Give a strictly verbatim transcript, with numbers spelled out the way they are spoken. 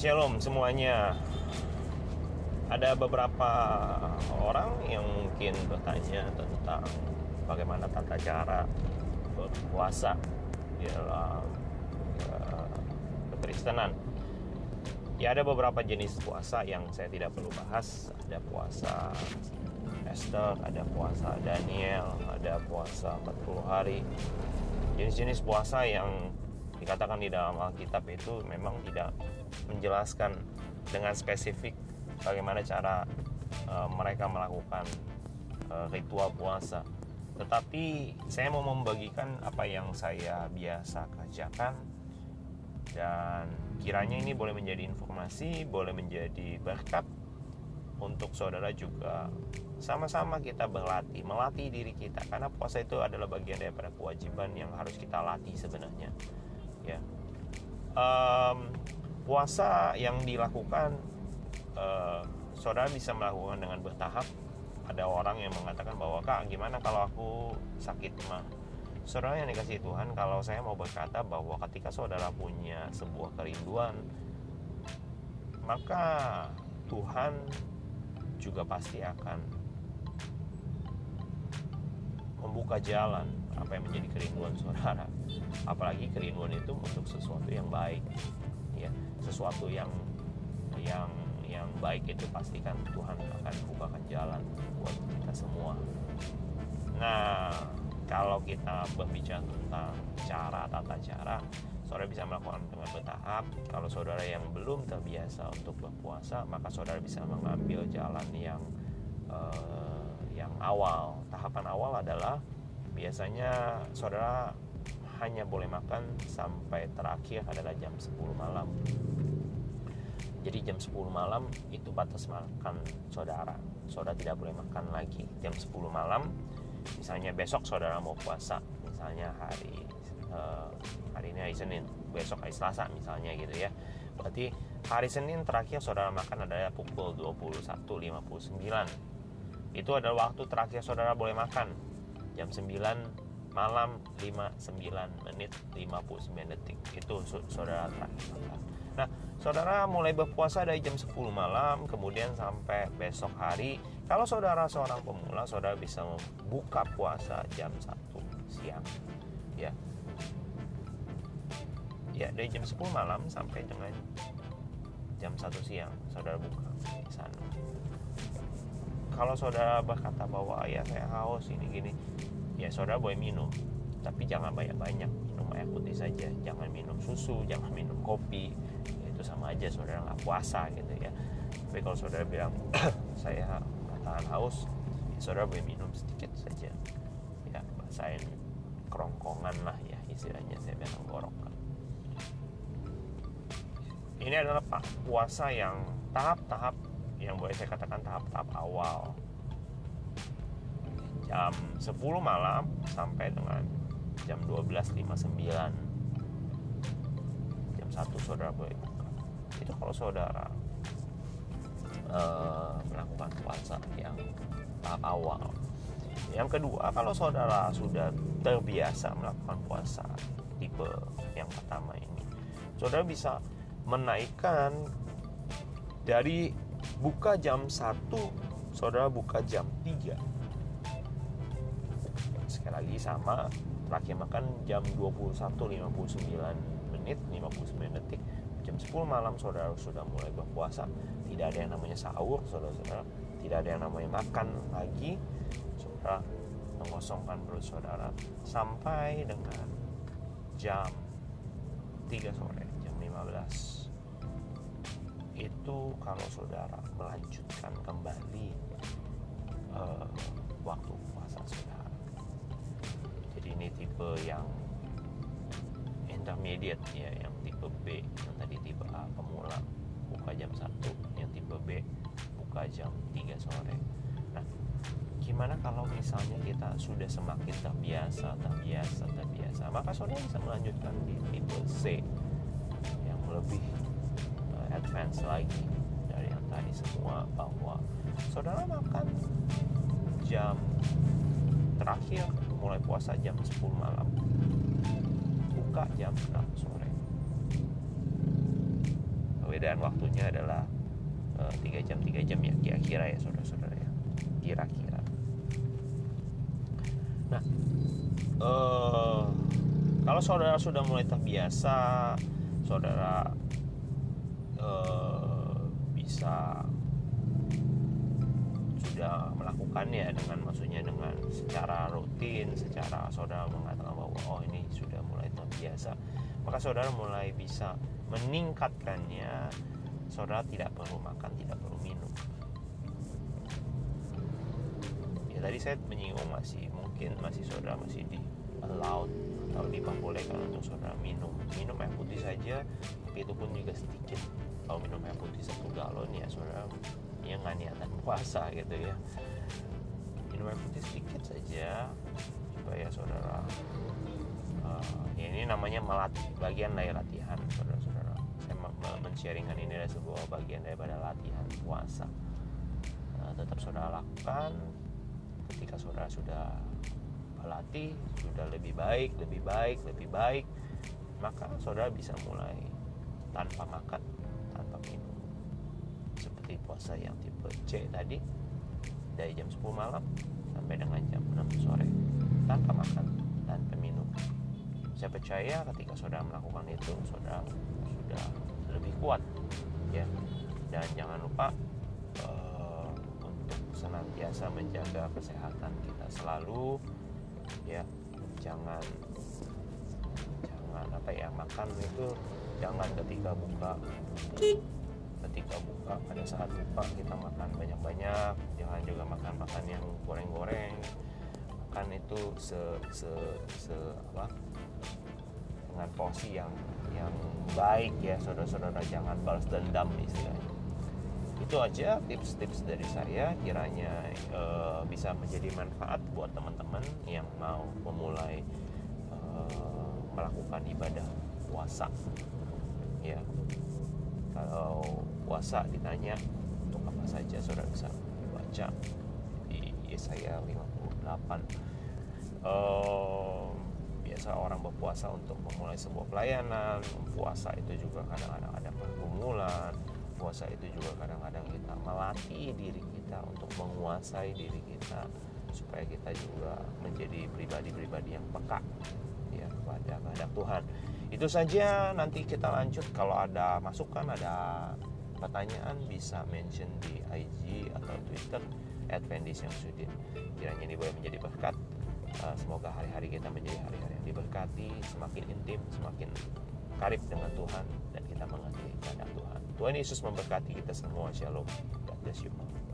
Shalom semuanya. Ada beberapa orang yang mungkin bertanya tentang bagaimana tata cara berpuasa di dalam uh, kekristenan. Ya, ada beberapa jenis puasa yang saya tidak perlu bahas. Ada puasa Esther, ada puasa Daniel, ada puasa empat puluh hari. Jenis-jenis puasa yang dikatakan di dalam Alkitab itu memang tidak menjelaskan dengan spesifik bagaimana cara uh, mereka melakukan uh, ritual puasa. Tetapi saya mau membagikan apa yang saya biasa kerjakan, dan kiranya ini boleh menjadi informasi, boleh menjadi berkat untuk saudara juga. Sama-sama kita berlatih, melatih diri kita, karena puasa itu adalah bagian daripada kewajiban yang harus kita latih sebenarnya. Ya, um, puasa yang dilakukan uh, saudara bisa melakukan dengan bertahap. Ada orang yang mengatakan bahwa, Kak, gimana kalau aku sakit mah? Saudara yang dikasih Tuhan, kalau saya mau berkata bahwa ketika saudara punya sebuah kerinduan, maka Tuhan juga pasti akan membuka jalan apa yang menjadi kerinduan saudara. Apalagi kerinduan itu untuk sesuatu yang baik, ya, sesuatu yang yang yang baik itu pastikan Tuhan akan bukakan jalan buat kita semua. Nah, kalau kita berbicara tentang cara, tata cara, saudara bisa melakukan dengan bertahap. Kalau saudara yang belum terbiasa untuk berpuasa, maka saudara bisa mengambil jalan yang uh, yang awal. Tahapan awal adalah biasanya saudara hanya boleh makan sampai terakhir adalah jam sepuluh malam. Jadi jam sepuluh malam itu batas makan saudara. Saudara tidak boleh makan lagi jam sepuluh malam. Misalnya besok saudara mau puasa, misalnya hari uh, hari ini hari Senin, besok hari Selasa misalnya gitu ya. Berarti hari Senin terakhir saudara makan adalah pukul dua puluh satu lima puluh sembilan. Itu adalah waktu terakhir saudara boleh makan. Jam sembilan malam lima puluh sembilan menit lima puluh sembilan detik. Itu saudara terakhir makan. Nah, saudara mulai berpuasa dari jam sepuluh malam kemudian sampai besok hari. Kalau saudara seorang pemula, saudara bisa buka puasa jam satu siang. Ya. Ya, dari jam sepuluh malam sampai dengan jam satu siang saudara buka di sana. Kalau saudara berkata bahwa ya saya haus ini gini, ya saudara boleh minum, tapi jangan banyak-banyak. Minum air putih saja, jangan minum susu, jangan minum kopi. Itu sama aja saudara nggak puasa gitu ya. Tapi kalau saudara bilang saya nggak tahan haus, ya saudara boleh minum sedikit saja. Ya, bahasain kerongkongan lah ya istilahnya, saya bilang tenggorokan. Ini adalah puasa yang tahap-tahap, yang boleh saya katakan tahap-tahap awal. Jam sepuluh malam sampai dengan jam dua belas lima puluh sembilan. Jam satu saudara boleh buka. Itu kalau saudara uh, melakukan puasa yang tahap awal. Yang kedua, kalau saudara sudah terbiasa melakukan puasa tipe yang pertama ini, saudara bisa menaikkan dari buka jam satu, saudara buka jam tiga. Sekali lagi sama, terakhir makan jam dua puluh satu lima puluh sembilan menit lima puluh sembilan detik. Jam sepuluh malam saudara sudah mulai berpuasa. Tidak ada yang namanya sahur, saudara-saudara. Tidak ada yang namanya makan lagi. Saudara mengosongkan perut saudara sampai dengan jam tiga sore, jam lima belas. Itu kalau saudara melanjutkan kembali uh, waktu puasa saudara. Jadi ini tipe yang intermediate ya, yang tipe B. Yang tadi tipe A pemula buka jam satu, yang tipe B buka jam tiga sore. Nah, gimana kalau misalnya kita sudah semakin terbiasa, terbiasa, terbiasa, maka saudara bisa melanjutkan di tipe C yang lebih advance lagi dari yang tadi semua, bahwa saudara makan jam terakhir mulai puasa jam sepuluh malam, buka jam enam sore. perbedaan waktunya adalah uh, tiga jam tiga jam ya kira-kira ya saudara-saudara ya, kira-kira. Nah, uh, kalau saudara sudah mulai terbiasa, saudara uh, bisa sudah melakukannya dengan maksudnya dengan secara rutin, secara saudara mengatakan bahwa oh ini sudah mulai terbiasa, maka saudara mulai bisa meningkatkannya. Saudara tidak perlu makan, tidak perlu minum. Ya tadi saya menyinggung masih mungkin masih saudara masih di allowed atau diperbolehkan untuk saudara minum minum air putih saja, tapi itu pun juga sedikit. Kalau minum air putih satu galon ya saudara ya nggak niatan puasa gitu ya, minum air putih sedikit saja supaya saudara uh, ya ini namanya melatih, bagian dari latihan saudara-saudara. Saya men-sharingkan ini adalah sebuah bagian daripada latihan puasa. Nah, tetap saudara lakukan. Ketika saudara sudah berlatih, sudah lebih baik, lebih baik, lebih baik, maka saudara bisa mulai tanpa makan, tanpa minum. Seperti puasa yang tipe C tadi, dari jam sepuluh malam sampai dengan jam enam sore, tanpa makan, tanpa minum. Saya percaya ketika saudara melakukan itu, saudara sudah lebih kuat ya. Dan jangan lupa uh, untuk senantiasa menjaga kesehatan kita selalu ya. Jangan jangan apa ya, makan itu jangan ketika buka ketika buka pada saat buka kita makan banyak-banyak. Jangan juga makan-makan yang goreng-goreng. Makan itu se se se apa dengan porsi yang yang baik ya saudara-saudara, jangan balas dendam istilahnya. Itu aja tips-tips dari saya, kiranya e, bisa menjadi manfaat buat teman-teman yang mau memulai e, melakukan ibadah puasa ya. Kalau puasa ditanya untuk apa saja, saudara bisa baca di Yesaya lima puluh delapan. Uh, biasa orang berpuasa untuk memulai sebuah pelayanan. Puasa itu juga kadang-kadang ada pergumulan. Puasa itu juga kadang-kadang kita melatih diri kita untuk menguasai diri kita, supaya kita juga menjadi pribadi-pribadi yang peka ya kepada kehendak Tuhan. Itu saja, nanti kita lanjut. Kalau ada masukan, ada pertanyaan, bisa mention di I G atau Twitter at Fendi Syamsuddin. Kiranya ini boleh menjadi berkat. Uh, semoga hari-hari kita menjadi hari-hari yang diberkati, semakin intim, semakin karib dengan Tuhan, dan kita mengerti kehendak Tuhan. Tuhan Yesus memberkati kita semua. Shalom. God bless you.